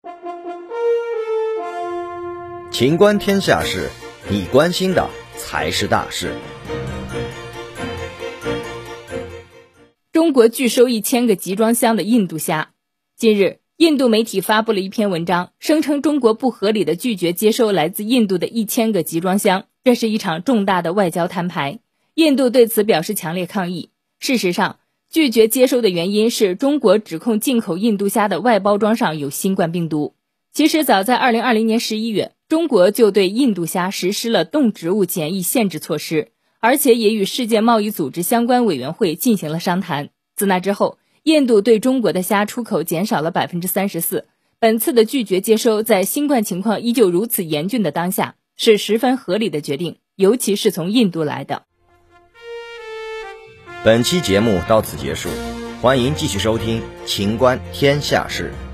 情观天下事，你关心的才是大事。 中国拒收1000个集装箱的印度虾。近日，印度媒体发布了一篇文章，声称中国不合理地拒绝接收来自印度的1000个集装箱，这是一场重大的外交摊牌。印度对此表示强烈抗议。事实上，拒绝接收的原因是中国指控进口印度虾的外包装上有新冠病毒。其实早在2020年11月，中国就对印度虾实施了动植物检疫限制措施，而且也与世界贸易组织相关委员会进行了商谈。自那之后，印度对中国的虾出口减少了 34%。本次的拒绝接收，在新冠情况依旧如此严峻的当下，是十分合理的决定，尤其是从印度来的。 本期节目到此结束，欢迎继续收听《情观天下事》。